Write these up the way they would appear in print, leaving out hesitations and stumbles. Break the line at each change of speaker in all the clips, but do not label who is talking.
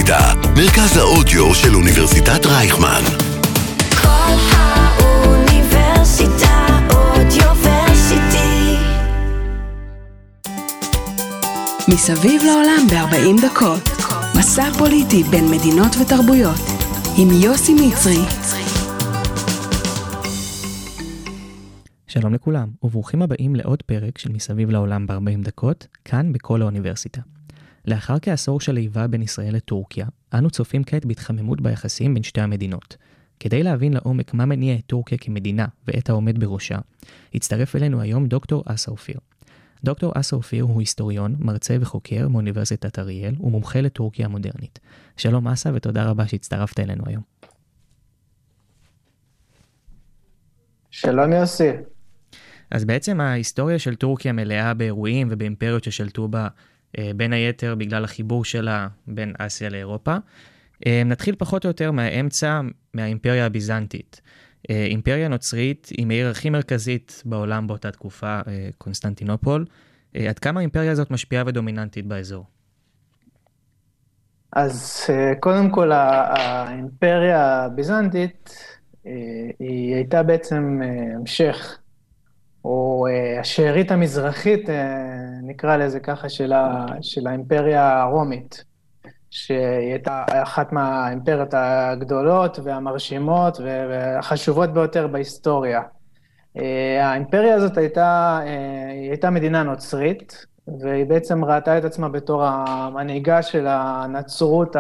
האוניברסיטה, מרכז האודיו של אוניברסיטת רייכמן.
כל האוניברסיטה אודיוורסיטי.
מסביב לעולם ב-40 דקות. מסע פוליטי בין מדינות ותרבויות. עם יוסי מצרי.
שלום לכולם, וברוכים הבאים לעוד פרק של מסביב לעולם ב-40 דקות, כאן בכל האוניברסיטה. לאחר כעשור של איבה בין ישראל לטורקיה, אנו צופים כעת בהתחממות ביחסים בין שתי המדינות. כדי להבין לעומק מה מניע את טורקיה כמדינה ואת העומד בראשה, הצטרף אלינו היום דוקטור אסא אופיר. דוקטור אסא אופיר הוא היסטוריון, מרצה וחוקר מאוניברסיטת אריאל ומומחה לטורקיה המודרנית. שלום אסא ותודה רבה שהצטרפת אלינו היום.
שלום יוסי.
אז בעצם ההיסטוריה של טורקיה מלאה באירועים ובאימפריות ששלטו בה בין היתר בגלל החיבור שלה בין אסיה לאירופה. נתחיל פחות או יותר מהאמצע, מהאימפריה הביזנטית. אימפריה נוצרית עם העיר הכי מרכזית בעולם באותה תקופה, קונסטנטינופול. עד כמה האימפריה הזאת משפיעה ודומיננטית באזור?
אז קודם כל האימפריה הביזנטית היא הייתה בעצם המשך, או השארית המזרחית, נקרא לזה ככה, של האימפריה הרומית, שהיא הייתה אחת מהאימפריות הגדולות והמרשימות והחשובות ביותר בהיסטוריה. האימפריה הזאת הייתה מדינה נוצרית, והיא בעצם ראתה את עצמה בתור המנהיגה של הנצרות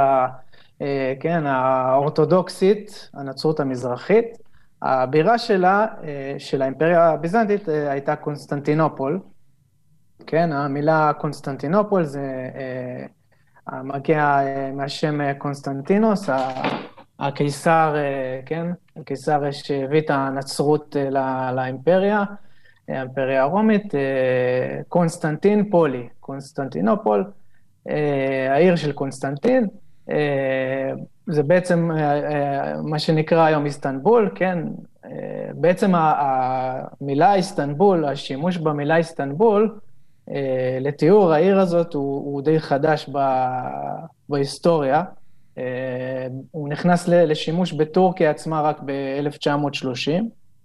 האורתודוקסית, הנצרות המזרחית. הבירה שלה, של האימפריה הביזנטית, הייתה קונסטנטינופול. כן, המילה קונסטנטינופול זה מגיע מהשם קונסטנטינוס, הקיסר, כן, הקיסר שהביא את הנצרות לאימפריה, האימפריה הרומית, קונסטנטינופול, קונסטנטינופול, העיר של קונסטנטין, זה בעצם מה שנקרא היום איסטנבול, כן? בעצם המילה איסטנבול, השימוש במילה איסטנבול, לתיאור העיר הזאת הוא די חדש בהיסטוריה. הוא נכנס לשימוש בטורקיה עצמה רק ב-1930.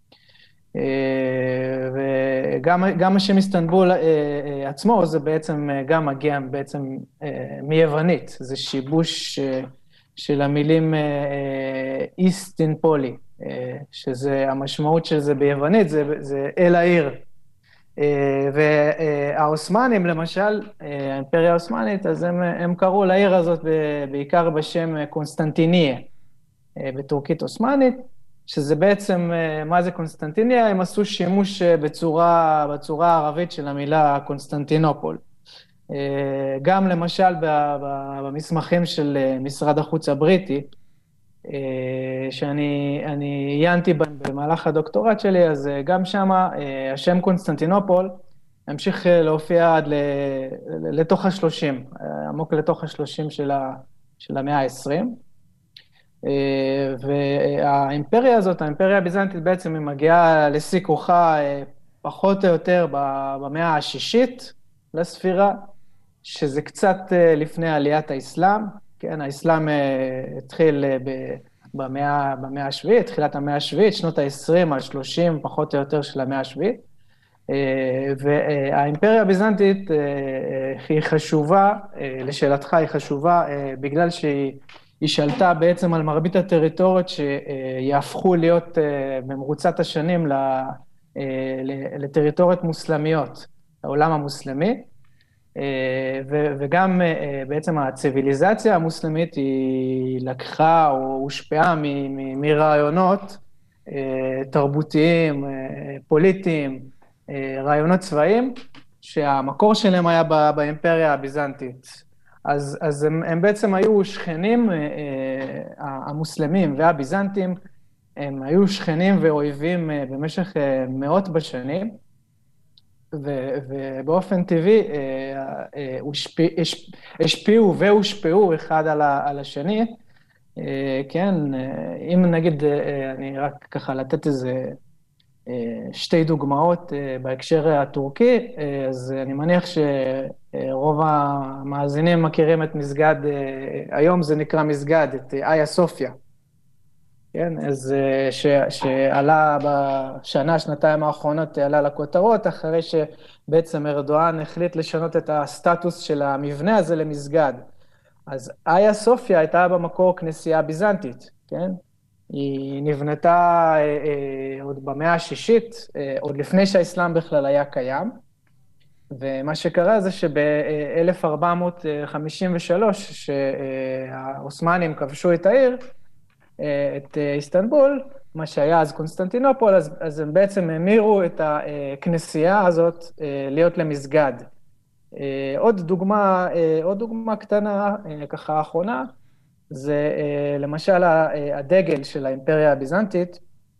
וגם השם איסטנבול עצמו, זה בעצם גם מגיע בעצם מיוונית. זה שיבוש של המילים איסטנפולי, שזה המשמעות של זה ביוונית, זה אל העיר. והאוסמנים, למשל, האימפריה האוסמנית, אז הם קראו לעיר הזאת בעיקר בשם קונסטנטיניה, בטורקית אוסמנית, שזה בעצם, מה זה קונסטנטיניה? הם עשו שימוש בצורה הערבית של המילה קונסטנטינופול. גם למשל במסמכים של משרד החוץ הבריטי, שאני עיינתי במהלך הדוקטורט שלי, אז גם שם השם קונסטנטינופול המשיך להופיע עד לתוך ה-30, עמוק לתוך ה-30 של המאה ה-20. והאימפריה הזאת, האימפריה הביזנטית בעצם היא מגיעה לשיא כוחה פחות או יותר במאה השישית לספירה, שזה קצת לפני עליית האסלאם. כן, האסלאם התחיל במאה השביעית, תחילת המאה השביעית, שנות ה-20 על 30 פחות או יותר של המאה השביעית. והאימפריה הביזנטית היא חשובה, לשאלתך היא חשובה, בגלל שהיא שלטה בעצם על מרבית הטריטוריות שיהפכו להיות במרוצת השנים לטריטוריות מוסלמיות, העולם המוסלמי. וגם בעצם הציביליזציה המוסלמית היא לקחה או הושפעה מרעיונות תרבותיים, פוליטיים, רעיונות צבאיים, שהמקור שלהם היה באימפריה הביזנטית. אז הם בעצם היו שכנים, המוסלמים והביזנטים, הם היו שכנים ואויבים במשך מאות בשנים, ובאופן טבעי השפיעו והושפעו אחד על השני. כן, אם נגיד, אני רק ככה לתת איזה שתי דוגמאות בהקשר הטורקי, אז אני מניח רוב המאזינים מכירים את מסגד, היום זה נקרא מסגד, את איה סופיה. כן, אז שעלה בשנה, שנתיים האחרונות, עלה לכותרות, אחרי שבעצם ארדואן החליט לשנות את הסטטוס של המבנה הזה למסגד. אז איה סופיה הייתה במקור כנסייה ביזנטית, כן? היא נבנתה עוד במאה השישית, עוד לפני שהאסלאם בכלל היה קיים, ומה שקרה זה שב-1453, שהאוסמנים כבשו את העיר, את איסטנבול, מה שהיה אז קונסטנטינופול, אז הם בעצם המירו את הכנסייה הזאת להיות למסגד. עוד דוגמה קטנה, ככה האחרונה, זה למשל הדגל של האימפריה הביזנטית,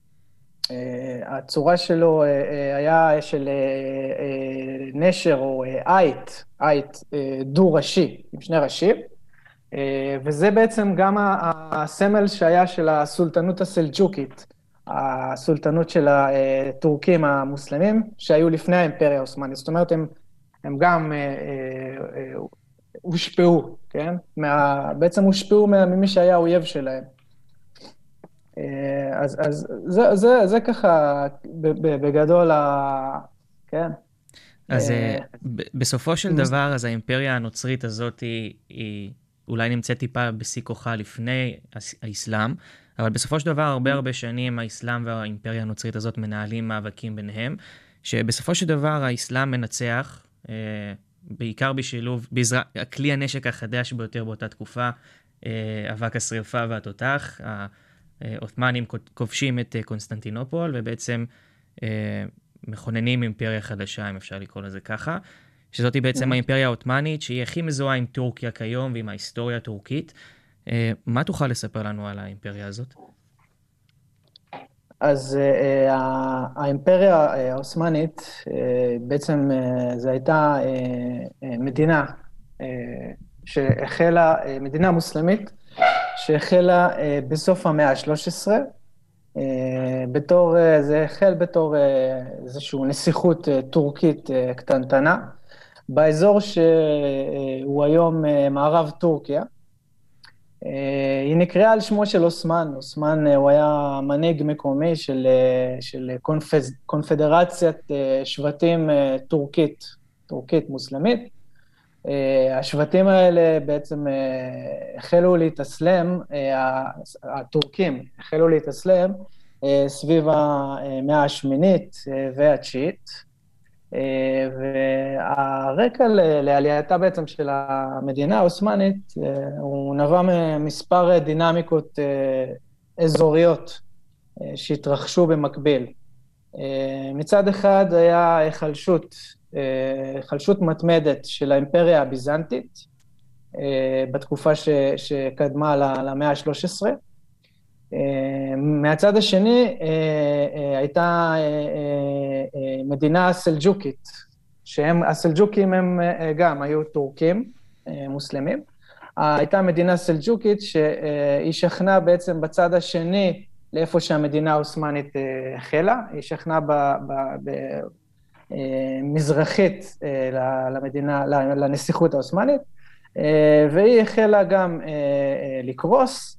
הצורה שלו היה של נשר או אייט דו-ראשי, עם שני ראשים, וזה בעצם גם הסמל שהיה של הסולטנות הסלג'וקית, הסולטנות של הטורקים המוסלמים, שהיו לפני האימפריה העות'מאנית. זאת אומרת, הם גם הושפעו, כן? בעצם הושפעו ממי שהיה האויב שלהם. אז זה ככה בגדול, כן?
אז בסופו של דבר, אז האימפריה הנוצרית הזאת היא אולי נמצאת טיפה בשיא כוחה לפני האסלאם, אבל בסופו של דבר הרבה שנים האסלאם והאימפריה הנוצרית הזאת מנהלים מאבקים ביניהם, שבסופו של דבר האסלאם מנצח, בעיקר בשילוב, כלי הנשק החדש ביותר באותה תקופה, אבק השריפה והתותח, העות'מאנים כובשים את קונסטנטינופול, ובעצם מכוננים אימפריה חדשה, אם אפשר לקרוא לזה ככה, שזאת היא בעצם האימפריה העות'מאנית, שהיא הכי מזוהה עם טורקיה כיום, ועם ההיסטוריה הטורקית. מה תוכל לספר לנו על האימפריה הזאת?
אז האימפריה העות'מאנית, בעצם זו הייתה מדינה שהחלה, מדינה מוסלמית, שהחלה בסוף המאה ה-13, זה החל בתור איזושהי נסיכות טורקית קטנטנה, באזור שהוא היום מערב טורקיה. היא נקראה על שמו של אוסמן. אוסמן הוא היה מנהיג מקומי של קונפדרציית שבטים טורקית מוסלמית. השבטים האלה בעצם החלו להתאסלם, הטורקים החלו להתאסלם סביב המאה השמינית והתשיעית, והרקע לעלייתה בעצם של המדינה העות'מאנית הוא נבע ממספר דינמיקות אזוריות שהתרחשו במקביל. מצד אחד היה חלשות מתמדת של האימפריה הביזנטית בתקופה שקדמה למאה ה-13. מהצד השני הייתה מדינה סלג'וקית, הסלג'וקים הם גם היו טורקים מוסלמים. הייתה מדינה סלג'וקית שהיא שכנה בעצם בצד השני לאיפה שהמדינה העות'מאנית החלה, היא שכנה מזרחית למדינה, לנסיכות העות'מאנית, והיא החלה גם לקרוס,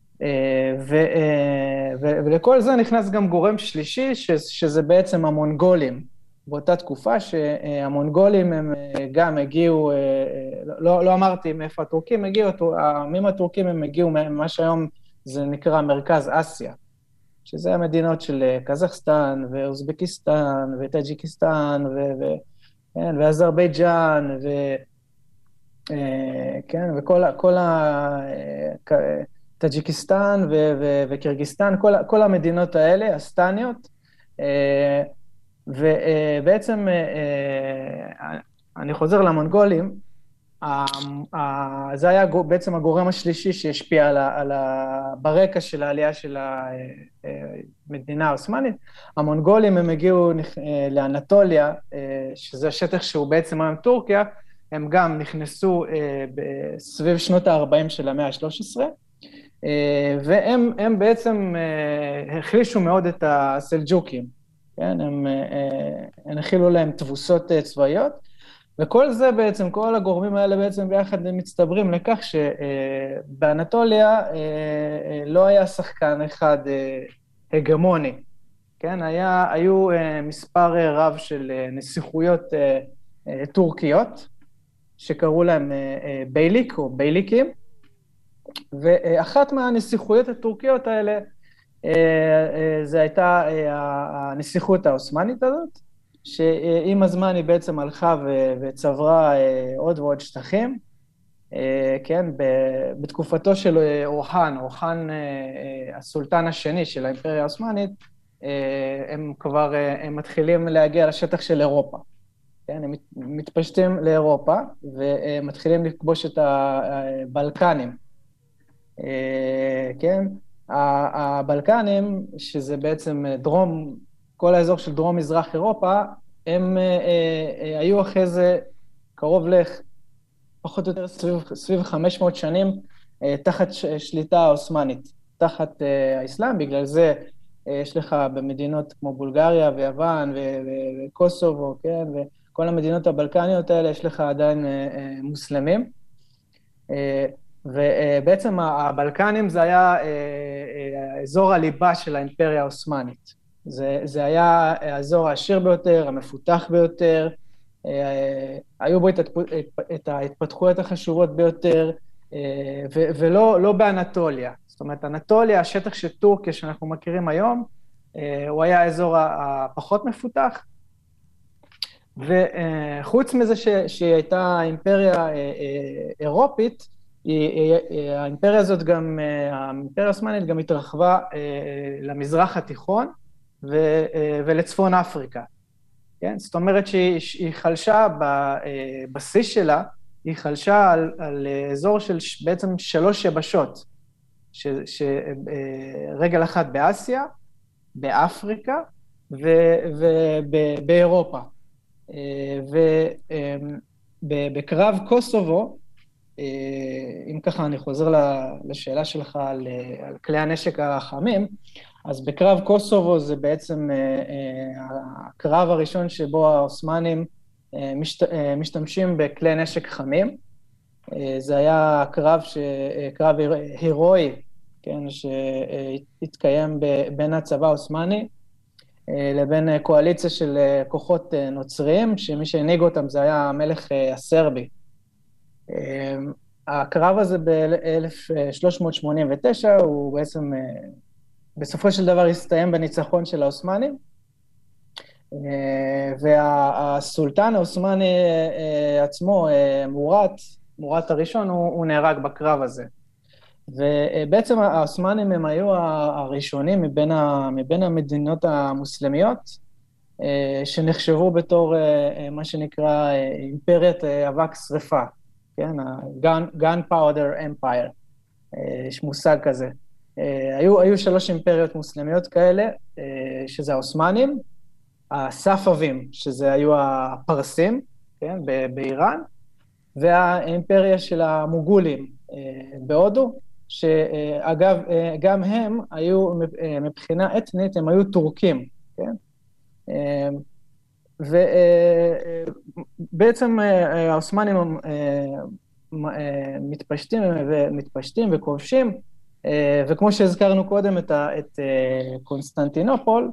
ולכל זה נכנס גם גורם שלישי, שזה בעצם המונגולים. באותה תקופה שהמונגולים הם גם הגיעו, לא אמרתי מאיפה הטורקים הגיעו, העמים הטורקים הם הגיעו מה שהיום זה נקרא מרכז אסיה, שזה המדינות של קזחסטן ואוזבקיסטן וטאג'יקיסטן ואזרבייג'אן וכל טאג'יקיסטן וקירגיסטן, כל המדינות האלה, הסטניות, ובעצם אני חוזר למונגולים, זה היה בעצם הגורם השלישי שהשפיע ברקע של העלייה של המדינה העות'מאנית. המונגולים הם הגיעו לאנטוליה, שזה השטח שהוא בעצם היום טורקיה, הם גם נכנסו סביב שנות ה-40 של המאה ה-13, והם בעצם החלישו מאוד את הסלג'וקים, כן? הם הכילו להם תבוסות צבאיות, וכל זה בעצם, כל הגורמים האלה בעצם ביחד מצטברים לכך שבאנטוליה לא היה שחקן אחד הגמוני, כן? היו מספר רב של נסיכויות טורקיות, שקראו להם בייליק או בייליקים, ואחת מהנסיכויות הטורקיות האלה, זה הייתה הנסיכות האוסמנית הזאת, שעם הזמן היא בעצם הלכה וצברה עוד ועוד שטחים, כן, בתקופתו של אורחן, הסולטן השני של האימפריה האוסמנית, הם מתחילים להגיע לשטח של אירופה, כן, הם מתפשטים לאירופה, ומתחילים לכבוש את הבלקנים, כן, הבלקנים, שזה בעצם כל האזור של דרום-מזרח אירופה, הם היו אחרי זה קרוב פחות או יותר סביב 500 שנים תחת שליטה אוסמנית, תחת האסלאם. בגלל זה יש לך במדינות כמו בולגריה ויוון וקוסובו, כן, וכל המדינות הבלקניות האלה יש לך עדיין מוסלמים. ובעצם הבלקנים זה היה אזור הליבה של האימפריה האוסמנית. זה היה האזור העשיר ביותר, המפותח ביותר, היו בו את ההתפתחויות החשובות ביותר, ולא באנטוליה. זאת אומרת, אנטוליה, השטח של טורקיה שאנחנו מכירים היום, הוא היה האזור הפחות מפותח, וחוץ מזה שהיא הייתה אימפריה אירופית, האימפריה הזאת גם, האימפריה האוסמנית גם התרחבה למזרח התיכון ולצפון אפריקה. כן? זאת אומרת שהיא חלשה בשיא שלה, היא חלשה על אזור של בעצם 3 יבשות, רגל אחת באסיה, באפריקה ובאירופה. ובקרב קוסובו, אם ככה אני חוזר לשאלה שלך על כלי הנשק החמים, אז בקרב קוסובו זה בעצם הקרב הראשון שבו האוסמנים משתמשים בכלי נשק חמים. זה היה קרב הירואי, כן, שהתקיים בין הצבא האוסמני לבין קואליציה של כוחות נוצריים, שמי שהנהיג אותם זה היה המלך הסרבי. הקרב הזה ב-1389 הוא בעצם בסופו של דבר הסתיים בניצחון של האוסמנים, והסולטן האוסמני עצמו, מורת הראשון, הוא נהרג בקרב הזה. ובעצם האוסמנים הם היו הראשונים מבין המדינות המוסלמיות, שנחשבו בתור מה שנקרא אימפריית אבק שריפה, כן? Gunpowder Empire, יש מושג כזה. היו 3 אימפריות מוסלמיות כאלה, שזה האוסמנים, הספבים, שזה היו הפרסים, כן, באיראן, והאימפריה של המוגולים בהודו, שאגב, גם הם היו, מבחינה אתנית, הם היו טורקים, כן? ובעצם האוסמנים מתפשטים וכובשים, וכמו שהזכרנו קודם את קונסטנטינופול,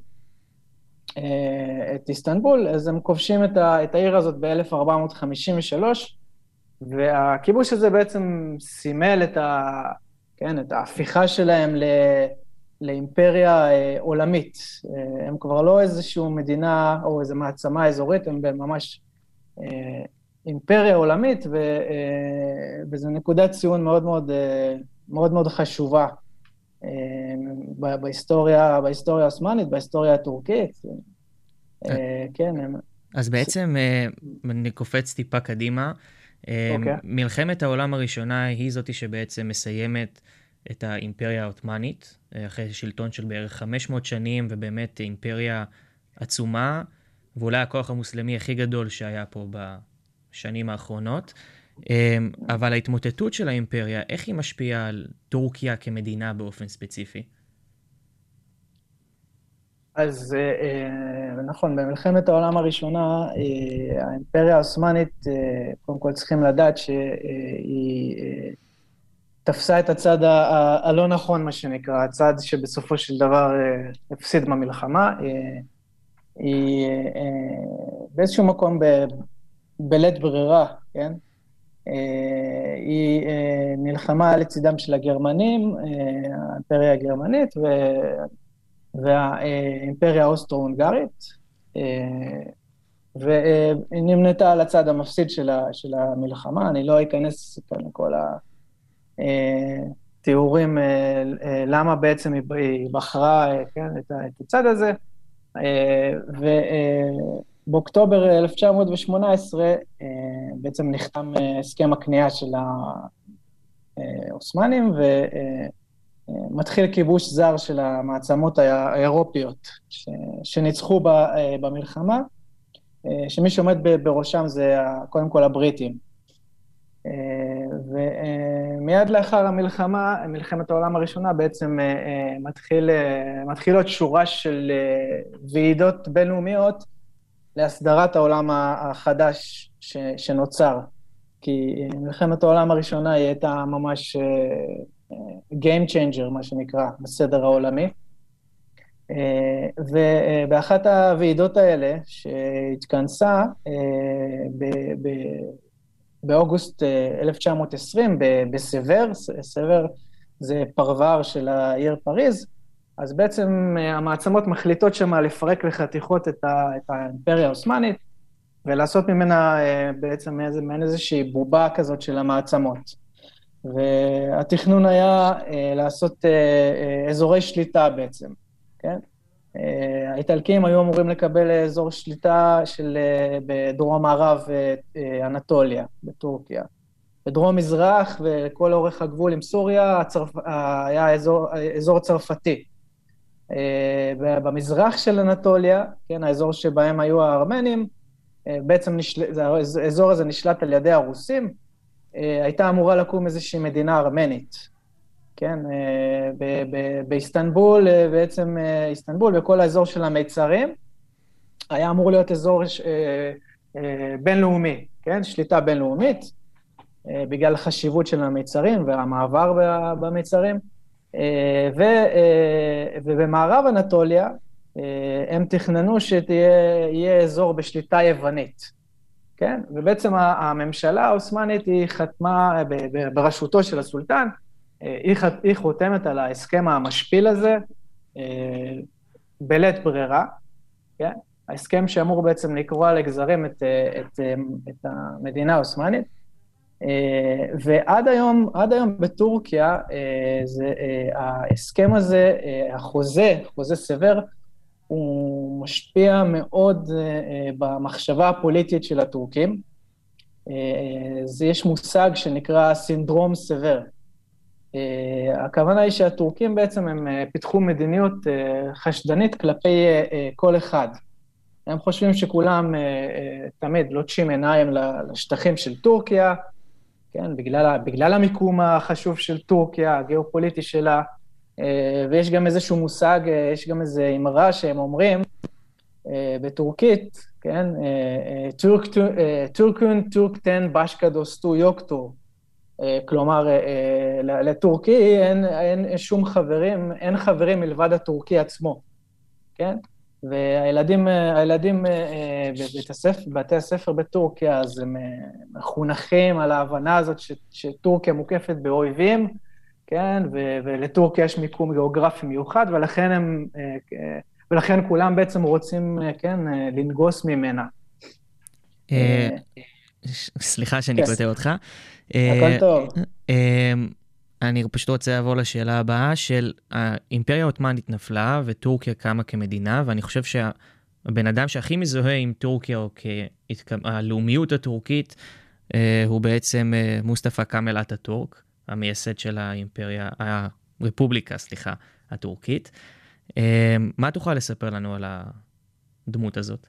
את איסטנבול, אז הם כובשים את העיר הזאת ב-1453, והכיבוש הזה בעצם סימל את ההפיכה שלהם לאימפריה עולמית. הם כבר לא איזושהי מדינה או איזו מעצמה אזורית, הם ממש אימפריה עולמית, וזו נקודת ציון מאוד מאוד, מאוד מאוד חשובה בהיסטוריה האוסמנית, בהיסטוריה הטורקית. כן.
אז בעצם אני קופץ טיפה קדימה. מלחמת העולם הראשונה היא זאתי שבעצם מסיימת את האימפריה העות'מאנית, אחרי שלטון של בערך 500 שנים, ובאמת אימפריה עצומה, ואולי הכוח המוסלמי הכי גדול שהיה פה בשנים האחרונות. אבל ההתמוטטות של האימפריה, איך היא משפיעה על טורקיה כמדינה באופן ספציפי?
אז נכון, במלחמת העולם הראשונה, האימפריה העות'מאנית, קודם כל צריכים לדעת שהיא תפסה את הצד הלא נכון, מה שנקרא, הצד שבסופו של דבר הפסיד במלחמה. היא באיזשהו מקום בלית ברירה, כן? היא נלחמה לצידם של הגרמנים, האימפריה הגרמנית והאימפריה האוסטרו-הונגרית, והיא נמנתה על הצד המפסיד של המלחמה. אני לא אכנס כאן לכל התיאורים למה בעצם היא בחרה, כן, את הצד הזה, ובאוקטובר 1918 בעצם נחתם הסכם הכניעה של העות'מאנים, ומתחיל כיבוש זר של המעצמות האירופיות שניצחו במלחמה, שמי שעומד בראשם זה קודם כל הבריטים. ומיד לאחר המלחמה, מלחמת העולם הראשונה, בעצם מתחילות שורה של ועידות בינלאומיות להסדרת העולם החדש שנוצר. כי מלחמת העולם הראשונה היא הייתה ממש game changer, מה שנקרא, בסדר העולמי. ובאחת הוועידות האלה שהתכנסה באוגוסט 1920 בסבר, סבר זה פרבר של העיר פריז, אז בעצם המעצמות מחליטות שמה לפרק לחתיכות את האימפריה העות'מאנית, ולעשות ממנה בעצם איזושהי בובה כזאת של המעצמות. והתכנון היה לעשות אזורי שליטה בעצם, כן? האיטלקים היו אמורים לקבל אזור שליטה בדרום מערב אנטוליה, בטורקיה. בדרום מזרח וכל אורך הגבול עם סוריה היה אזור צרפתי. במזרח של אנטוליה, כן, האזור שבהם היו הארמנים, בעצם האזור הזה נשלט על ידי הרוסים, הייתה אמורה לקום איזושהי מדינה ארמנית. כן, באיסטנבול, בעצם איסטנבול וכל האזור של המיצרים, היה אמור להיות אזור בינלאומי, כן, שליטה בינלאומית, בגלל החשיבות של המיצרים והמעבר במיצרים, ובמערב אנטוליה, הם תכננו שיהיה אזור בשליטה יוונית, כן, ובעצם הממשלה העות'מאנית היא חתמה בראשותו של הסולטן, היא חותמת על ההסכם המשפיל הזה, בלית ברירה, כן? ההסכם שאמור בעצם לקרוע לגזרים את המדינה העות'מאנית, ועד היום בטורקיה, ההסכם הזה, חוזה סבר, הוא משפיע מאוד במחשבה הפוליטית של הטורקים. יש מושג שנקרא סינדרום סבר. הכוונה היא שהטורקים בעצם הם פיתחו מדיניות חשדנית כלפי כל אחד. הם חושבים שכולם תמיד לוטשים עיניים לשטחים של טורקיה, כן, בגלל המיקום החשוב של טורקיה, הגיאופוליטי שלה, ויש גם איזשהו מושג, יש גם איזו אמרה שהם אומרים בטורקית, כן, טורקון טורקטן בשקדוסטו יוקטור, כלומר, לטורקי אין שום חברים, אין חברים מלבד הטורקי עצמו, כן? והילדים בבתי הספר בטורקיה, אז הם מחונכים על ההבנה הזאת שטורקיה מוקפת באויבים, כן? ולטורקיה יש מיקום גיאוגרפי מיוחד, ולכן כולם בעצם רוצים, כן, לנגוס ממנה.
סליחה שאני קוטע אותך.
הכל טוב.
אני פשוט רוצה לעבור לשאלה הבאה של האימפריה העות'מאנית נפלה וטורקיה קמה כמדינה, ואני חושב שהבן אדם שהכי מזוהה עם טורקיה או הלאומיות הטורקית הוא בעצם מוסטפא כמאל אטאטורק, המייסד של האימפריה, הרפובליקה, סליחה, הטורקית. מה תוכל לספר לנו על הדמות הזאת?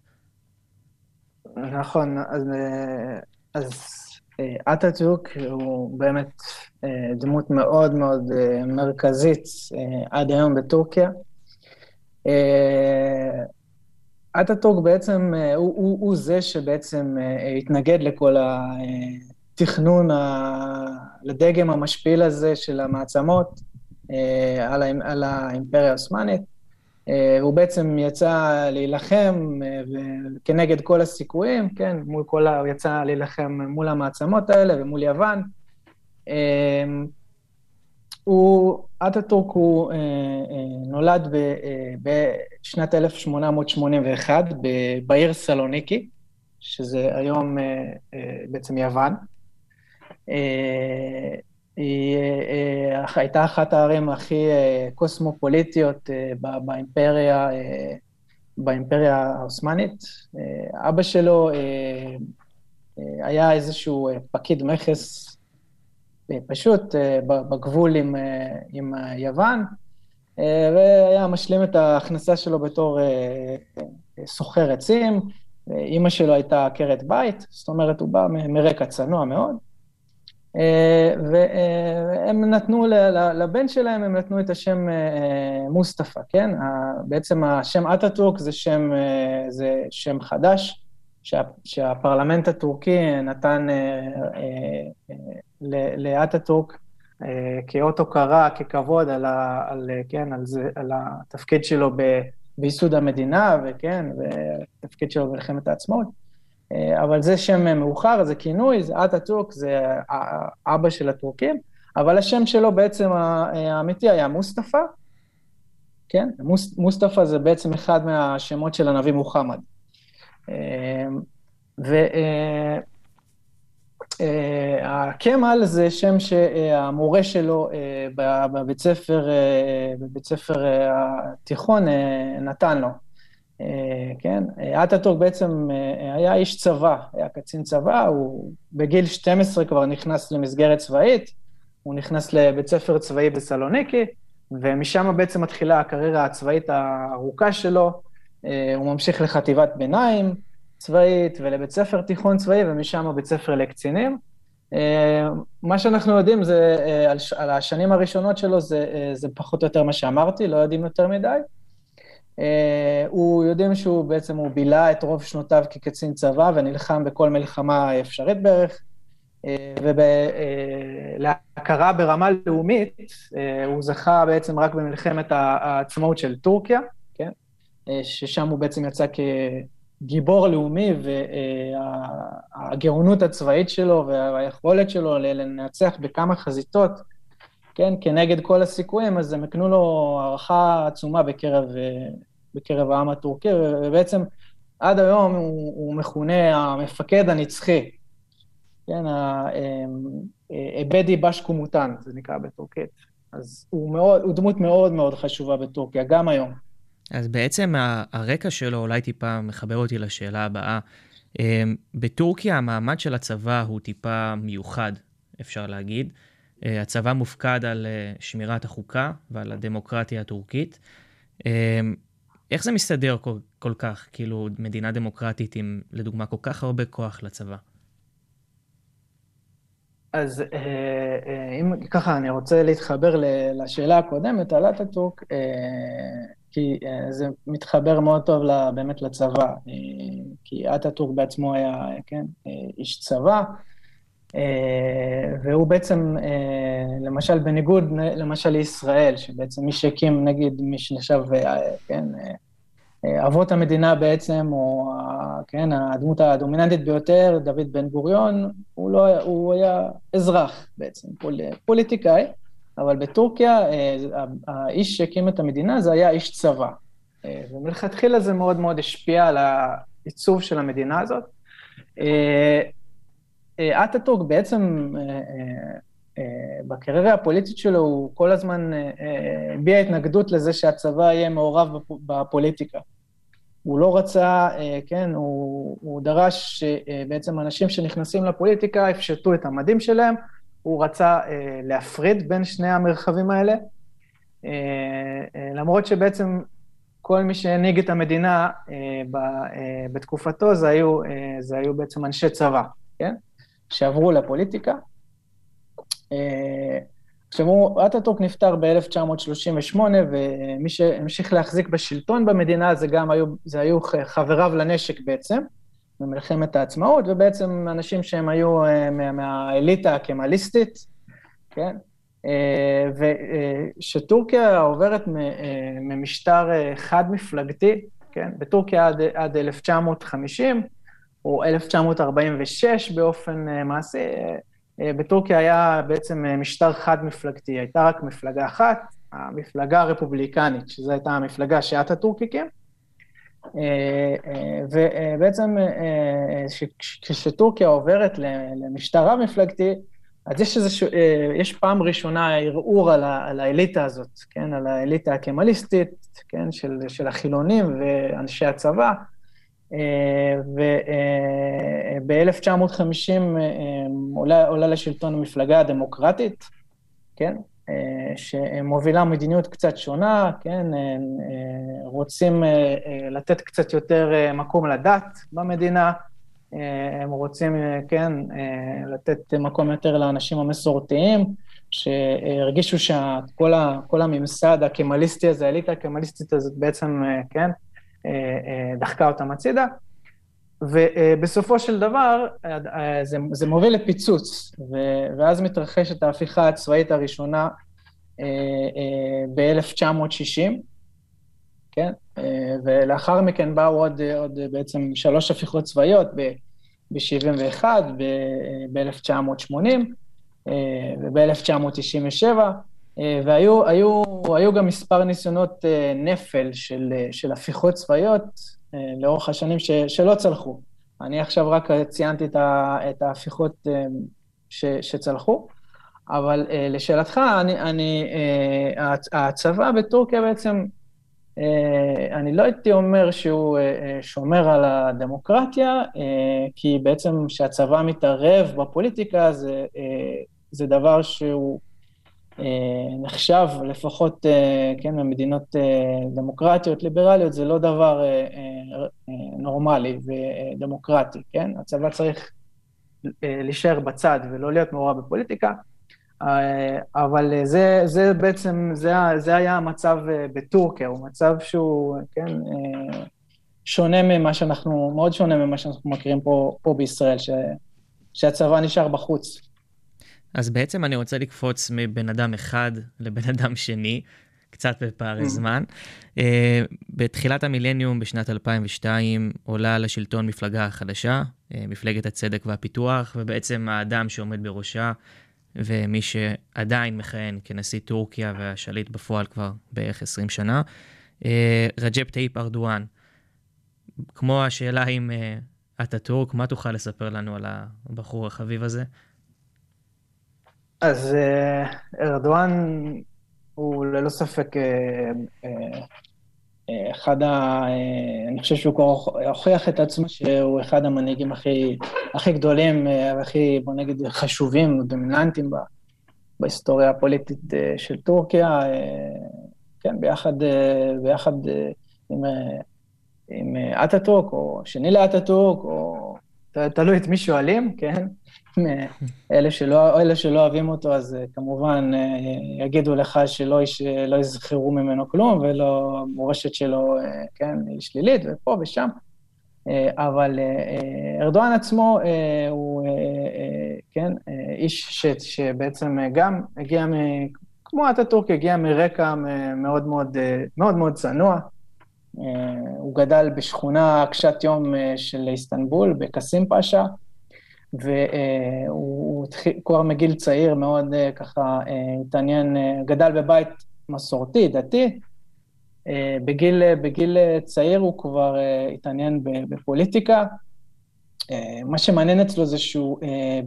נכון, אז אטאטורק הוא באמת דמות מאוד מאוד מרכזית עד היום בטורקיה. אטאטורק בעצם, הוא זה שבעצם התנגד לכל התכנון, לדגם המשפיל הזה של המעצמות על האימפריה העות'מאנית. הוא בעצם יצא להילחם כנגד כל הסיכויים, כן, הוא יצא להילחם מול המעצמות האלה ומול יוון. אטאטורק הוא נולד בשנת 1881 בעיר סלוניקי, שזה היום בעצם יוון. היא הייתה אחת הערים הכי קוסמופוליטיות באימפריה העות'מאנית. אבא שלו היה איזשהו פקיד מכס פשוט בגבול עם יוון, והיה משלים את ההכנסה שלו בתור סוחר עצים. אמא שלו הייתה עקרת בית, זאת אומרת, הוא בא מרקע צנוע מאוד, והם נתנו לבן שלהם, הם נתנו את השם מוסטפא, כן? בעצם השם אטאטורק זה שם חדש, שהפרלמנט הטורקי נתן לאטאטורק כאות הוקרה, ככבוד על התפקיד שלו בייסוד המדינה, וכן, והתפקיד שלו במלחמת העצמאות. אבל זה שם מאוחר, זה כינוי, זה אטאטורק, זה האבא של הטורקים, אבל השם שלו בעצם האמיתי היה מוסטפא, כן? מוסטפא זה בעצם אחד מהשמות של הנביא מוחמד. והקמל זה שם שהמורה שלו בבית ספר התיכון נתן לו. כן? אטאטורק בעצם היה איש צבא, היה קצין צבא, הוא בגיל 12 כבר נכנס למסגרת צבאית, הוא נכנס לבית ספר צבאי בסלוניקי, ומשם בעצם מתחילה הקריירה הצבאית הארוכה שלו. הוא ממשיך לחטיבת ביניים צבאית ולבית ספר תיכון צבאי, ומשם בית ספר לקצינים. מה שאנחנו יודעים זה, על השנים הראשונות שלו, זה פחות או יותר מה שאמרתי, לא יודעים יותר מדי. הוא יודעים שהוא בעצם, הוא בילה את רוב שנותיו כקצין צבא, ונלחם בכל מלחמה אפשרית בערך, ולהכרה ברמה לאומית, הוא זכה בעצם רק במלחמת העצמאות של טורקיה, כן? ששם הוא בעצם יצא כגיבור לאומי, והגאונות הצבאית שלו והיכולת שלו לנצח בכמה חזיתות, כן, כנגד כל הסיכויים, אז הם הקנו לו הערכה עצומה בקרב העם הטורקי, ובעצם עד היום הוא מכונה המפקד הנצחי, כן, אבדי בשקומוטן, זה נקרא בטורקית. אז הוא דמות מאוד מאוד חשובה בטורקיה, גם היום.
אז בעצם הרקע שלו אולי טיפה מחבר אותי לשאלה הבאה. בטורקיה המעמד של הצבא הוא טיפה מיוחד, אפשר להגיד. הצבא מופקד על שמירת החוקה ועל הדמוקרטיה הטורקית. איך זה מסתדר כל כך, כאילו מדינה דמוקרטית עם, לדוגמה, כל כך הרבה כוח לצבא?
אז אם ככה, אני רוצה להתחבר לשאלה הקודמת על אטאטורק, כי זה מתחבר מאוד טוב באמת לצבא, כי אטאטורק בעצמו היה, כן, איש צבא, והוא בעצם, למשל, בניגוד, למשל לישראל, שבעצם מי שהקים, נגיד, מי שנחשב, כן, אבות המדינה בעצם, או, כן, הדמות הדומיננטית ביותר, דוד בן גוריון, הוא היה אזרח בעצם, פוליטיקאי, אבל בטורקיה, האיש שהקים את המדינה, זה היה איש צבא. ומלכתחילה זה מאוד מאוד השפיע על העיצוב של המדינה הזאת. אטאטורק בעצם, בקריירה הפוליטית שלו, הוא כל הזמן הביע התנגדות לזה שהצבא יהיה מעורב בפוליטיקה. הוא לא רצה, כן, הוא דרש שבעצם אנשים שנכנסים לפוליטיקה יפשטו את המדים שלהם, הוא רצה להפריד בין שני המרחבים האלה, למרות שבעצם כל מי שהנהיג את המדינה בתקופתו, זה היו בעצם אנשי צבא, כן? שעברו לפוליטיקה. עכשיו, אטאטורק נפטר ב-1938, ומי שהמשיך להחזיק בשלטון במדינה, זה היו חבריו לנשק בעצם, במלחמת העצמאות, ובעצם אנשים שהם היו מהאליטה הקמליסטית, כן? ושטורקיה עוברת ממשטר חד מפלגתי, כן? בטורקיה עד 1950, או 1946 באופן מעשי, בטורקיה היה בעצם משטר חד מפלגתי, הייתה רק מפלגה אחת, המפלגה הרפובליקנית, שזו הייתה המפלגה שאטאטורק הקים, ובעצם כשטורקיה עוברת למשטר רב מפלגתי, אז יש פעם ראשונה ערעור על האליטה הזאת, כן, על האליטה הקמליסטית, כן, של החילונים ואנשי הצבא, וב-1950 עולה לשלטון המפלגה הדמוקרטית, כן, שמובילה מדיניות קצת שונה, כן, רוצים לתת קצת יותר מקום לדת במדינה, הם רוצים, כן, לתת מקום יותר לאנשים המסורתיים, שהרגישו שכל הממסד הקמליסטי הזה, האליטה הקמליסטית הזאת בעצם, כן, דחקה אותם הצידה, ובסופו של דבר זה מוביל לפיצוץ, ואז מתרחשת ההפיכה הצבאית הראשונה ב-1960, כן? ולאחר מכן באו עוד בעצם 3 הפיכות צבאיות ב-71, ב-1980 וב-1997, והיו גם מספר ניסיונות נפל של הפיכות צבאיות לאורך השנים שלא צלחו. אני עכשיו רק ציינתי את ההפיכות שצלחו, אבל לשאלתך, הצבא בטורקיה בעצם, אני לא הייתי אומר שהוא שומר על הדמוקרטיה, כי בעצם שהצבא מתערב בפוליטיקה, זה דבר שהוא נחשב, לפחות, כן, במדינות דמוקרטיות, ליברליות, זה לא דבר נורמלי ודמוקרטי, כן? הצבא צריך להישאר בצד ולא להיות מעורב בפוליטיקה, אבל זה בעצם, זה היה המצב בטורקיה, הוא מצב שהוא, כן, שונה מאוד שונה ממה שאנחנו מכירים פה בישראל, שהצבא נשאר בחוץ.
אז בעצם אני רוצה לקפוץ מבן אדם אחד לבן אדם שני, קצת בפערי זמן. בתחילת המילניום, בשנת 2002, עולה לשלטון מפלגה חדשה, מפלגת הצדק והפיתוח, ובעצם האדם שעומד בראשה, ומי שעדיין מכהן כנשיא טורקיה והשליט בפועל כבר בערך 20 שנה, רג'פ טאיפ ארדואן. כמו השאלה עם אטאטורק, מה תוכל לספר לנו על הבחור החביב הזה?
אז ארדואן הוא ללא ספק אני חושב שהוא כבר הוכיח את עצמו שהוא אחד המנהיגים הכי גדולים, הכי, בוא נגיד, חשובים ודומיננטיים בהיסטוריה הפוליטית של טורקיה, כן, ביחד עם אטאטורק, או שני לאטאטורק, או תלוי את מי שואלים, כן? אלה שלא אוהבים אותו, אז כמובן יגידו לך שלא יזכרו ממנו כלום, ולא מורשת שלו, כן, היא שלילית, ופה ושם. אבל ארדואן עצמו הוא, כן, איש שבעצם גם הגיע, כמו אטאטורק, הגיע מרקע מאוד מאוד צנוע. הוא גדל בשכונה קשת יום של איסטנבול, בקסים פאשה, והוא כבר מגיל צעיר מאוד ככה התעניין, גדל בבית מסורתי, דתי, בגיל צעיר הוא כבר התעניין בפוליטיקה. מה שמעניין אצלו זה שהוא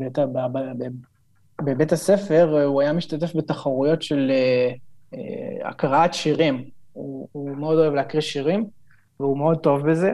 בבית הספר, הוא היה משתתף בתחרויות של הקראת שירים, הוא מאוד אוהב להקריא שירים, והוא מאוד טוב בזה,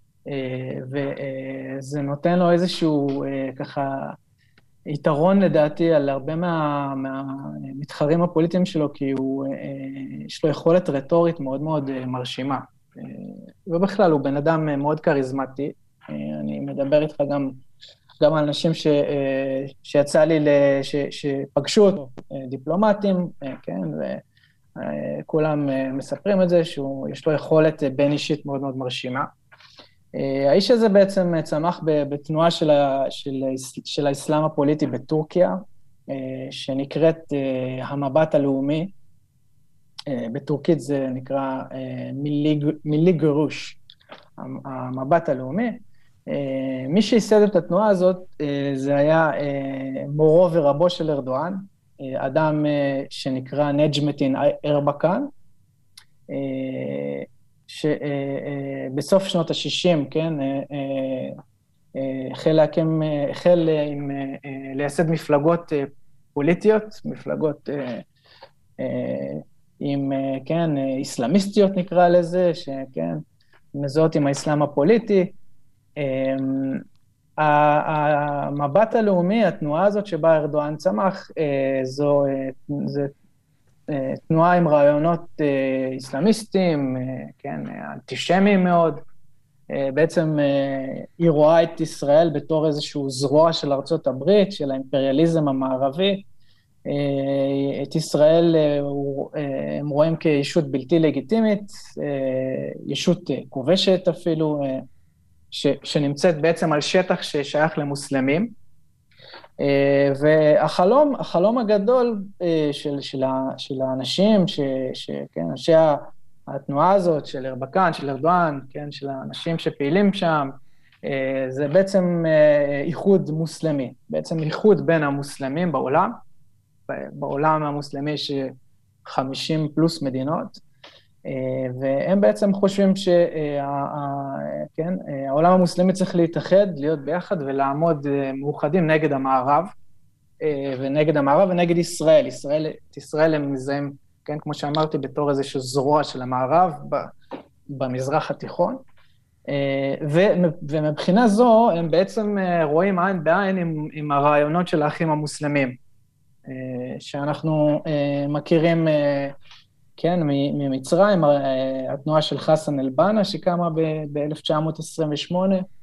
וזה נותן לו איזשהו ככה יתרון לדעתי על הרבה מהמתחרים הפוליטיים שלו, כי יש לו יכולת רטורית מאוד מאוד מרשימה, ובכלל הוא בן אדם מאוד קריזמטי. אני מדבר איתך גם גם אנשים שיצא לי, שפגשו אותו, דיפלומטים, כן, וכולם מספרים את זה, שיש לו יכולת בין אישית מאוד מאוד מרשימה. האיש הזה בעצם צמח בתנועה של האסלאם הפוליטי בטורקיה, שנקראת המבט הלאומי, בטורקית זה נקרא מילי גרוש, המבט הלאומי. מי שייסד את התנועה הזאת, זה היה מורו ורבו של ארדואן, אדם שנקרא נג'מטין ארבקן, שבסוף שנות ה-60, כן, החל לייסד מפלגות פוליטיות, מפלגות עם, כן, איסלאמיסטיות נקרא לזה, שכן, מזוהות עם האסלאם הפוליטי. המבט הלאומי, התנועה הזאת שבה ארדואן צמח, זו תנועה עם רעיונות איסלאמיסטיים, כן, אנטישמיים מאוד. בעצם היא רואה את ישראל בתור איזשהו זרוע של ארצות הברית, של האימפריאליזם המערבי. את ישראל הם רואים כישות בלתי לגיטימית, ישות כובשת אפילו, שנמצאת בעצם על שטח ששייך למוסלמים. והחלום הגדול של האנשים, כן, אנשי התנועה הזאת, של ארבקן, של ארדואן, כן, של האנשים שפעילים שם, זה בעצם איחוד מוסלמי, בעצם איחוד בין המוסלמים בעולם, בעולם המוסלמי יש 50 פלוס מדינות, והם בעצם חושבים העולם המוסלמי צריך להתאחד, להיות ביחד ולעמוד מאוחדים נגד המערב, ונגד ישראל. את ישראל הם מזהים, כן, כמו שאמרתי, בתור איזשהו זרוע של המערב במזרח התיכון, ומבחינה זו הם בעצם רואים עין בעין עם הרעיונות של האחים המוסלמים, שאנחנו מכירים, כן, ממצרים, התנועה של חסן אל-בנה שקמה ב-1928.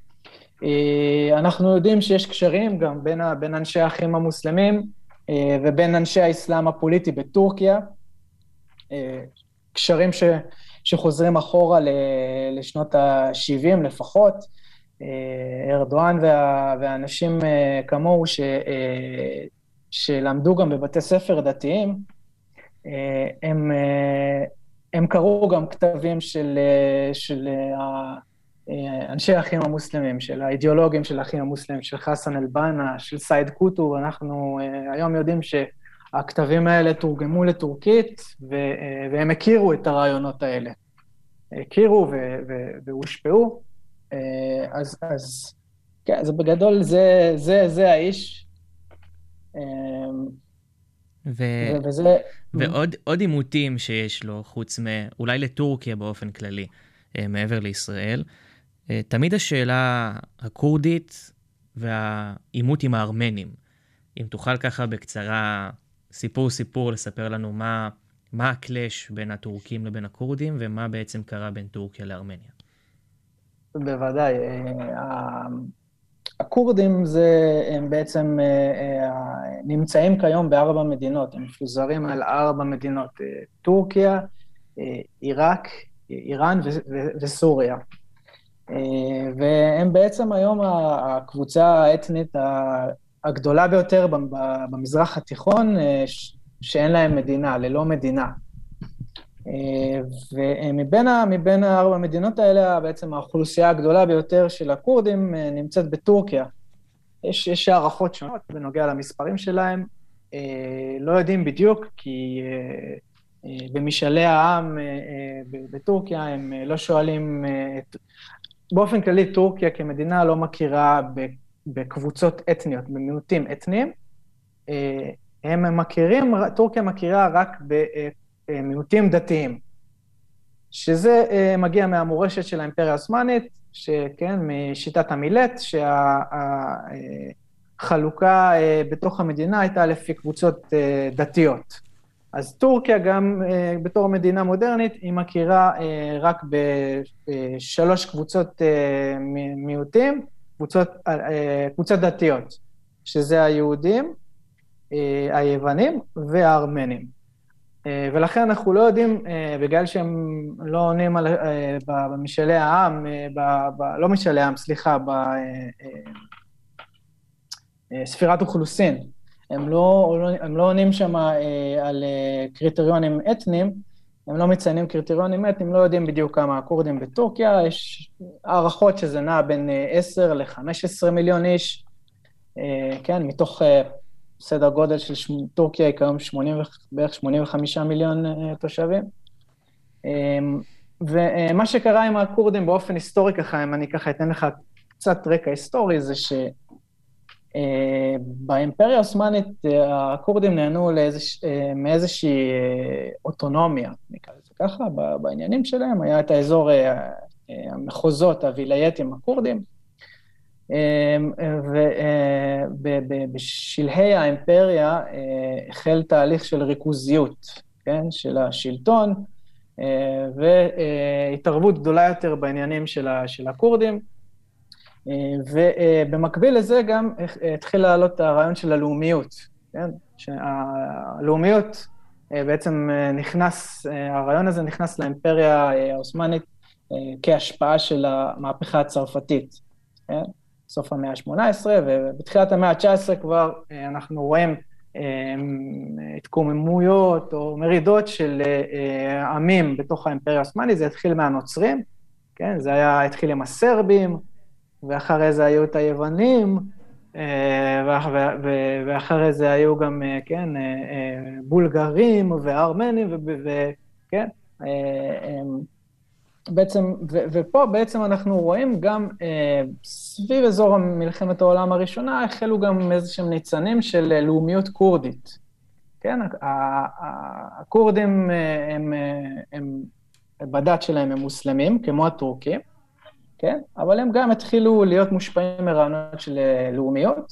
אנחנו יודעים שיש קשרים גם בין אנשי האחים המוסלמים ובין אנשי האסלאם הפוליטי בטורקיה, קשרים שחוזרים אחורה לשנות ה-70 לפחות. ארדואן והאנשים כמוהו שלמדו גם בבתי ספר דתיים, הם קראו גם כתבים של אנשי האחים המוסלמים, של האידיאולוגים של האחים המוסלמים, של חסן אל-בנה, של סייד קוטוב. אנחנו היום יודעים שהכתבים האלה תורגמו לטורקית, והם הכירו את הרעיונות האלה. הכירו והושפעו. אז כן, זה בגדול, זה האיש.
ועוד עימותים שיש לו, חוץ אולי לטורקיה באופן כללי, מעבר לישראל, תמיד השאלה הקורדית והעימות עם הארמנים. אם תוכל ככה בקצרה, סיפור לספר לנו מה הקלש בין הטורקים לבין הקורדים, ומה בעצם קרה בין טורקיה לארמניה.
בוודאי. הקורדים הם בעצם נמצאים כיום ב4 מדינות, הם מפוזרים על 4 מדינות, טורקיה, עיראק, איראן וסוריה. והם בעצם היום הקבוצה האתנית הגדולה ביותר במזרח התיכון, שאין להם מדינה, ללא מדינה. ומבין 4 המדינות האלה, בעצם האוכלוסייה הגדולה ביותר של הקורדים נמצאת בטורקיה. יש הערכות שונות בנוגע למספרים שלהם, לא יודעים בדיוק, כי במשאלי העם בטורקיה הם לא שואלים, באופן כללי טורקיה כמדינה לא מכירה בקבוצות אתניות, במיעוטים אתניים, טורקיה מכירה רק במיעוטים דתיים, שזה מגיע מהמורשת של האימפריה העות'מאנית, שכן, משיטת המילט, שהחלוקה בתוך המדינה הייתה לפי קבוצות דתיות. אז טורקיה גם בתור מדינה מודרנית, היא מכירה רק ב3 קבוצות מיעוטים, קבוצות דתיות, שזה היהודים, היוונים והארמנים. ולכן אנחנו לא יודעים, בגלל שהם לא עונים במשאלי העם, לא משאלי העם, סליחה, בספירת אוכלוסין, הם לא עונים שם על קריטריונים אתניים, הם לא מציינים קריטריונים אתניים, לא יודעים בדיוק כמה הקורדים בטורקיה, יש הערכות שזה נע בין 10 ל-15 מיליון איש, כן, מתוך סדר גודל של טורקיה היא כיום בערך 85 מיליון תושבים. ומה שקרה עם הקורדים באופן היסטורי ככה, אם אני ככה אתן לך קצת רקע היסטורי, זה שבאימפריה העות'מאנית הקורדים נהנו מאיזושהי אוטונומיה, נקרא לזה ככה, בעניינים שלהם, היה את האזור המחוזות, הווילייטים הקורדים, ובשלהי האימפריה החל תהליך של ריכוזיות, כן, של השלטון, והתערבות גדולה יותר בעניינים של הקורדים, ובמקביל לזה גם התחיל לעלות הרעיון של הלאומיות, כן, שהלאומיות בעצם הרעיון הזה נכנס לאימפריה העות'מאנית כהשפעה של המהפכה הצרפתית, כן? סוף המאה ה-18, ובתחילת המאה ה-19 כבר אנחנו רואים התקוממויות או מרידות של עמים בתוך האימפריה העות'מאנית, זה התחיל מהנוצרים, כן? זה התחיל עם הסרבים, ואחרי זה היו את היוונים, ואחרי זה היו גם, כן, בולגרים וארמנים, וכן, בעצם, ופה בעצם אנחנו רואים גם סביב אזור מלחמת העולם הראשונה, החלו גם איזשהם ניצנים של לאומיות קורדית. כן, הקורדים הם בדת שלהם הם מוסלמים, כמו הטורקים, כן, אבל הם גם התחילו להיות מושפעים מרעיונות של לאומיות,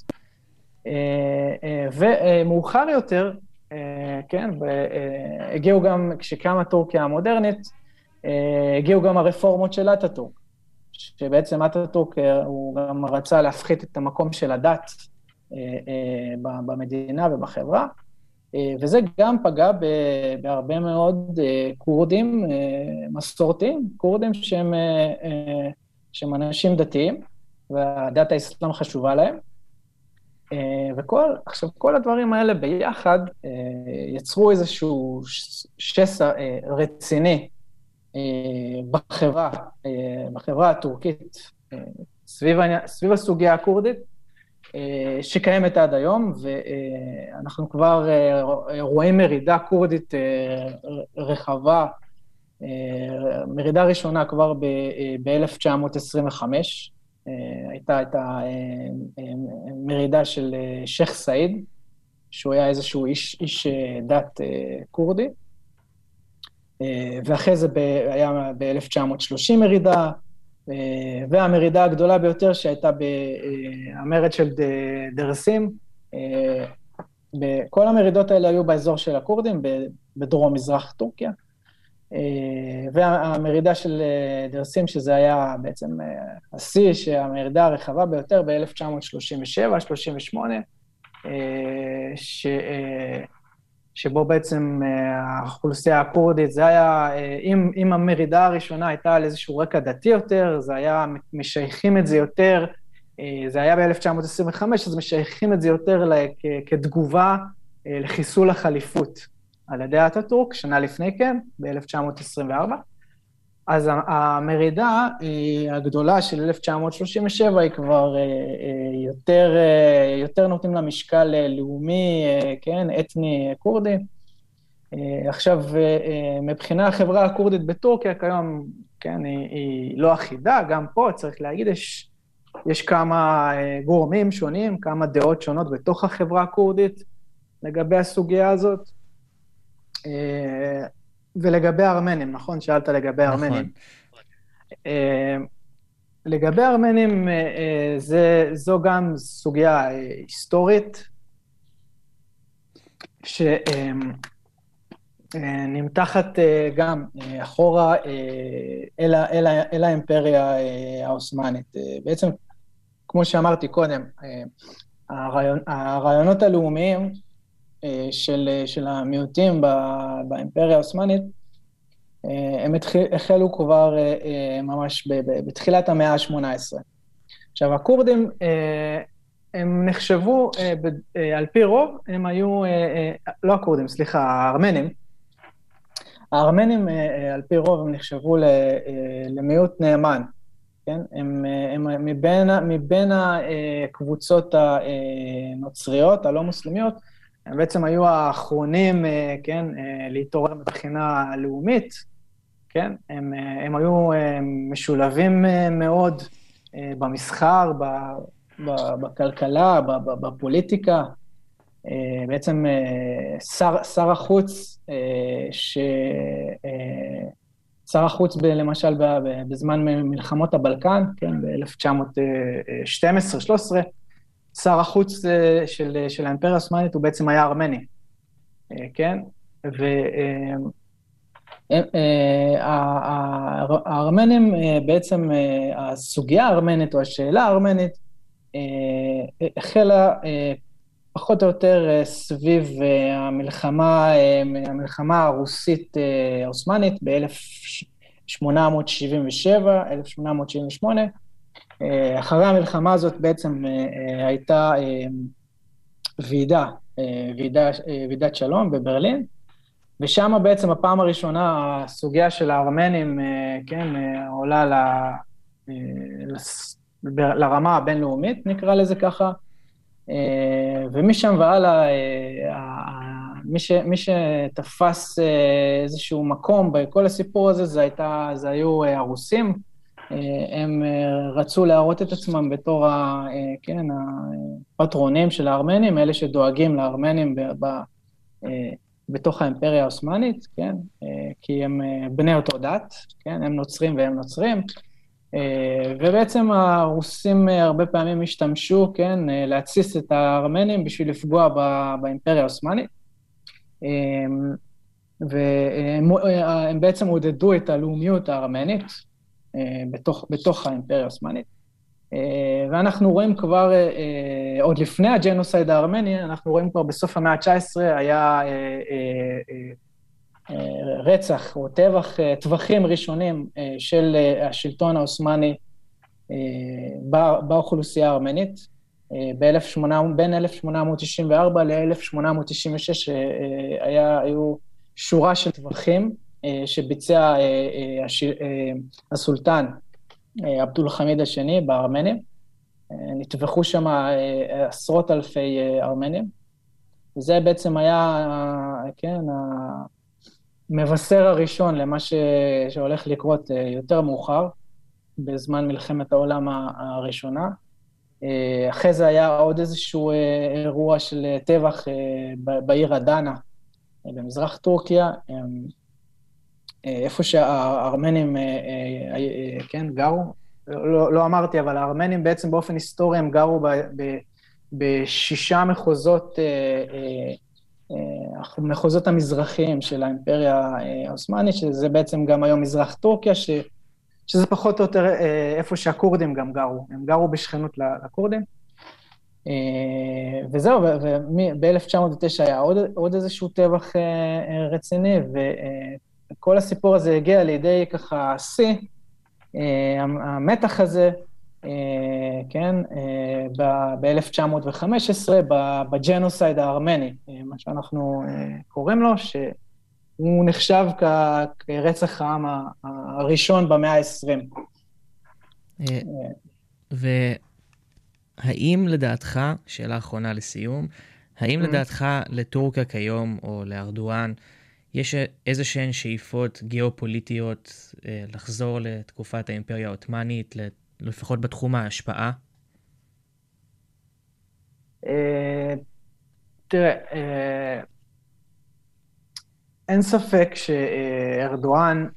ומאוחר יותר, כן, הגיעו גם, כשקמה טורקיה המודרנית, הגיעו גם הרפורמות של אטאטורק, שבעצם אטאטורק הוא גם רצה להפחית את המקום של הדת במדינה ובחברה, וזה גם פגע בהרבה מאוד קורדים מסורתיים, קורדים שהם אנשים דתיים, והדת האסלאם חשובה להם, עכשיו כל הדברים האלה ביחד יצרו איזשהו שסע רציני, בחברה הטורקית, סביב הסוגיה הקורדית, שקיימת עד היום, ואנחנו כבר רואים מרידה קורדית רחבה, מרידה ראשונה כבר ב-1925, הייתה את המרידה של שייח סעיד, שהוא היה איזשהו איש דת קורדי, ואחרי זה היה ב-1930 מרידה, והמרידה הגדולה ביותר שהייתה במרד של דרסים, כל המרידות האלה היו באזור של הקורדים, בדרום מזרח טורקיה, והמרידה של דרסים, שזה היה בעצם השיא, שהמרידה הרחבה ביותר ב-1937-38, שבו בעצם האוכלוסייה הקורדית, זה היה, אם המרידה הראשונה הייתה על איזשהו רקע דתי יותר, זה היה משייכים את זה יותר, זה היה ב-1925, אז משייכים את זה יותר כתגובה לחיסול החליפות על ידי אטאטורק, שנה לפני כן, ב-1924. אז המרידה הגדולה של 1937 היא כבר יותר נותנים לה משקל לאומי, כן, אתני קורדי. עכשיו, מבחינה החברה הקורדית בטורקיה כיום, כן, היא לא אחידה, גם פה צריך להגיד, יש כמה גורמים שונים, כמה דעות שונות בתוך החברה הקורדית לגבי הסוגיה הזאת. ולגבי הארמנים, נכון? שאלת לגבי הארמנים. לגבי הארמנים, זו גם סוגיה היסטורית, שנמתחת גם אחורה אל האימפריה העות'מאנית. בעצם כמו שאמרתי קודם, הרעיונות הלאומיים של המיעוטים באימפריה העות'מאנית, הם החלו כבר ממש בתחילת המאה ה-18. עכשיו, הכורדים, הם נחשבו, על פי רוב, הם היו, לא הכורדים, סליחה, הארמנים. הארמנים, על פי רוב, הם נחשבו למיעוט נאמן, כן? הם מבין הקבוצות הנוצריות, הלא מוסלמיות, הם בעצם היו האחרונים, כן, להתעורר מבחינה לאומית, כן? הם היו משולבים מאוד במסחר, בכלכלה, בפוליטיקה. בעצם שר החוץ, שר החוץ למשל בזמן מלחמות הבלקן, כן, ב-1912-13, שר החוץ של האימפריה העות'מאנית הוא בעצם היה ארמני, כן? והארמנים בעצם, הסוגיה הארמנית או השאלה הארמנית, החלה פחות או יותר סביב המלחמה הרוסית העות'מאנית ב-1877, 1878. אחרי המלחמה הזאת בעצם הייתה ועידת שלום בברלין, ושם בעצם הפעם הראשונה הסוגיה של הארמנים, כן, עולה לרמה הבינלאומית, נקרא לזה ככה, ומשם והלאה, מי שתפס איזשהו מקום בכל הסיפור הזה, זה היו הרוסים. הם רצו להראות את עצמם בתור כן, הפטרונים של הארמנים, אלה שדואגים לארמנים בתוך האימפריה העות'מאנית, כן? כי הם בני אותו דת, כן? הם נוצרים והם נוצרים. ובעצם הרוסים הרבה פעמים השתמשו, כן, להציס את הארמנים בשביל לפגוע באימפריה העות'מאנית. והם בעצם עודדו את הלאומיות הארמנית בתוך האימפריה העות'מאנית. ואנחנו רואים כבר, עוד לפני הג'נוסייד הארמני, אנחנו רואים כבר בסוף המאה ה-19, היה רצח או טווחים ראשונים של השלטון העות'מאני באוכלוסייה הארמנית, בין 1894 ל-1896 היו שורה של טווחים שביצע הסולטן עבדול חמיד השני בארמנים. נטבחו שם עשרות אלפי ארמנים, וזה בעצם היה, כן, המבשר הראשון למה שהולך לקרות יותר מאוחר, בזמן מלחמת העולם הראשונה. אחרי זה היה עוד איזשהו אירוע של טבח בעיר אדנה, במזרח טורקיה, איפה שהארמנים, כן, גרו. לא אמרתי, אבל הארמנים בעצם באופן היסטורי הם גרו בשישה מחוזות המזרחיים של האימפריה העות'מאנית, שזה בעצם גם היום מזרח טורקיה, שזה פחות או יותר איפה שהכורדים גם גרו, הם גרו בשכנות לכורדים. וזהו, וב-1909 היה עוד איזשהו טבח רציני, וכל הסיפור הזה הגיע לידי ככה שיא, המתח הזה, כן, ב-1915, בג'נוסייד הארמני, מה שאנחנו קוראים לו, שהוא נחשב כרצח העם הראשון במאה ה-20.
והאם לדעתך, שאלה אחרונה לסיום, האם לדעתך לטורקיה כיום או לארדואן, יש איזשהן שאיפות גיאופוליטיות לחזור לתקופת האימפריה העות'מאנית, לפחות בתחום ההשפעה?
תראה, אין ספק שארדואן,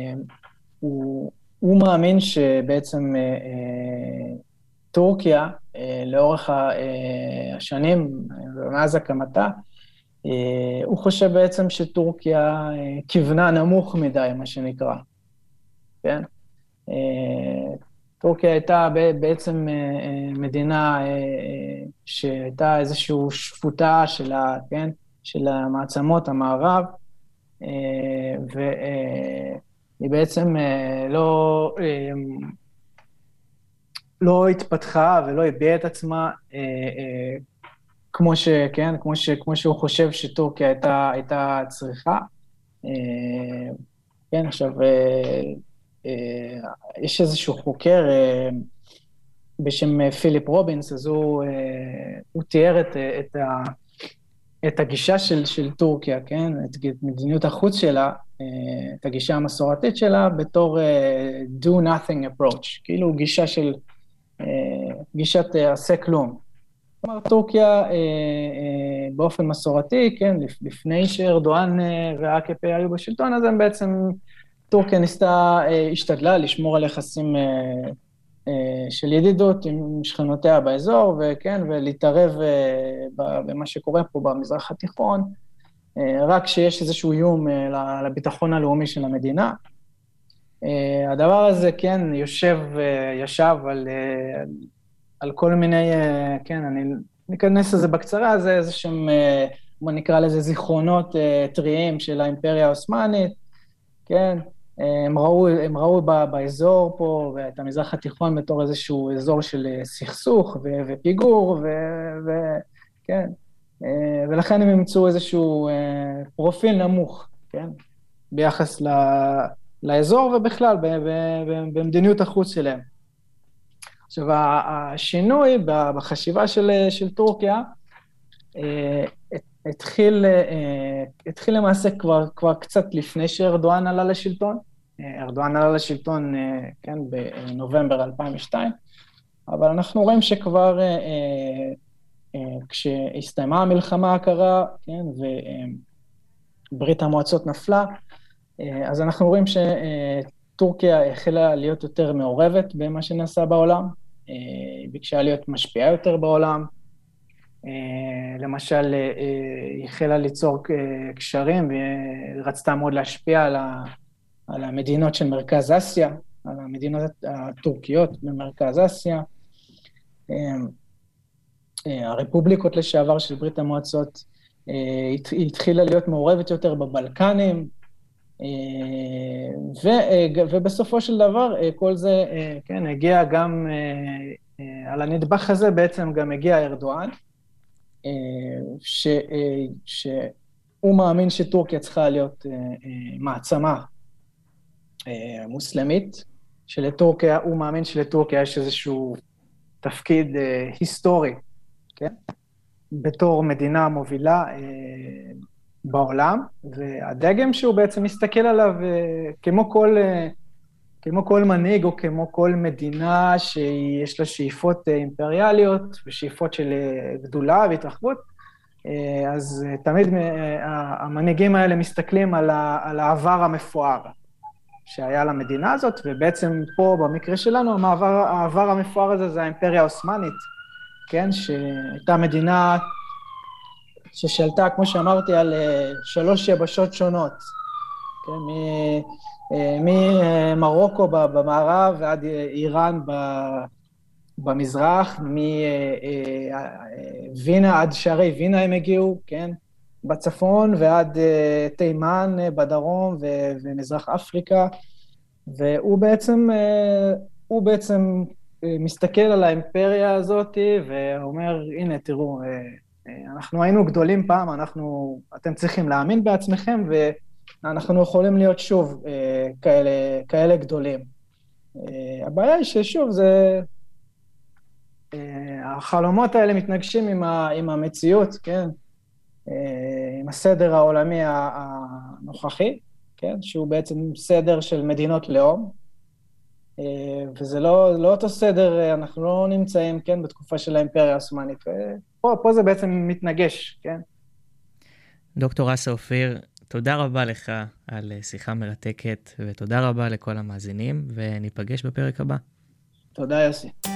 הוא מאמין שבעצם טורקיה, לאורך השנים, מאז הקמתה, הוא חושב בעצם שטורקיה כיוונה נמוך מדי, מה שנקרא. כן? טורקיה הייתה בעצם מדינה שהייתה איזושהי שפוטה שלה, כן? של המעצמות המערב, והיא בעצם לא התפתחה ולא הביעה את עצמה כמו שהוא חושב שטורקיה הייתה צריכה. כן, עכשיו, יש איזשהו חוקר בשם פיליפ רובינס, אז הוא תיאר את הגישה של טורקיה, כן, את מדיניות החוץ שלה, את הגישה המסורתית שלה, בתור do nothing approach, כאילו גישת עשה כלום. כלומר, טורקיה באופן מסורתי, כן, לפני שארדואן והAKP היו בשלטון, אז הם בעצם, טורקיה השתדלה לשמור על יחסים של ידידות עם שכנותיה באזור, וכן, ולהתערב במה שקורה פה במזרח התיכון, רק שיש איזשהו איום לביטחון הלאומי של המדינה. הדבר הזה, כן, ישב על כל מיני, כן, אני ניכנס לזה בקצרה, זה איזשהם, בוא נקרא לזה זיכרונות טריים של האימפריה העות'מאנית, כן, הם ראו באזור פה, ואת המזרח התיכון בתור איזשהו אזור של סכסוך ופיגור, כן, ולכן הם ימצאו איזשהו פרופיל נמוך, כן, ביחס לאזור ובכלל, במדיניות החוץ שלהם. עכשיו, השינוי בחשיבה של טורקיה התחיל למעשה כבר קצת לפני שארדואן עלה לשלטון. ארדואן עלה לשלטון, כן, בנובמבר 2002, אבל אנחנו רואים שכבר כשהסתיימה המלחמה הקרה, כן, וברית המועצות נפלה, אז אנחנו רואים שטורקיה החלה להיות יותר מעורבת במה שנעשה בעולם, היא ביקשה להיות משפיעה יותר בעולם, למשל, היא החלה ליצור קשרים, ורצתה מאוד להשפיע על המדינות של מרכז אסיה, על המדינות הטורקיות במרכז אסיה, הרפובליקות לשעבר של ברית המועצות, היא התחילה להיות מעורבת יותר בבלקנים, ובסופו של דבר כל זה, כן, הגיע גם, על הנדבך הזה בעצם גם הגיע ארדואן, שהוא מאמין שטורקיה צריכה להיות מעצמה מוסלמית, הוא מאמין שלטורקיה יש איזשהו תפקיד היסטורי, כן? בתור מדינה מובילה בעולם, והדגם שהוא בעצם מסתכל עליו כמו כל מנהיג או כמו כל מדינה שיש לה שאיפות אימפריאליות ושאיפות של גדולה והתרחבות, אז תמיד המנהיגים האלה מסתכלים על העבר המפואר שהיה למדינה הזאת, ובעצם פה במקרה שלנו העבר המפואר הזה זה האימפריה העות'מאנית, כן, שהייתה מדינה ששלטה, כמו שאמרתי, על 3 יבשות שונות, כן, ממרוקו במערב ועד איראן במזרח, מווינה עד שערי וינה הם הגיעו, כן, בצפון ועד תימן בדרום ומזרח אפריקה, והוא בעצם מסתכל על האימפריה הזאת ואומר, הנה תראו, אנחנו היינו גדולים פעם, אתם צריכים להאמין בעצמכם, ואנחנו יכולים להיות שוב כאלה גדולים. הבעיה היא ששוב, החלומות האלה מתנגשים עם המציאות, כן? עם הסדר העולמי הנוכחי, כן? שהוא בעצם סדר של מדינות לאום, וזה לא אותו סדר, אנחנו לא נמצאים, כן, בתקופה של האימפריה העות'מאנית, פה זה בעצם מתנגש, כן?
דוקטור אסא אופיר, תודה רבה לך על שיחה מרתקת, ותודה רבה לכל המאזינים, וניפגש בפרק הבא.
תודה יוסי.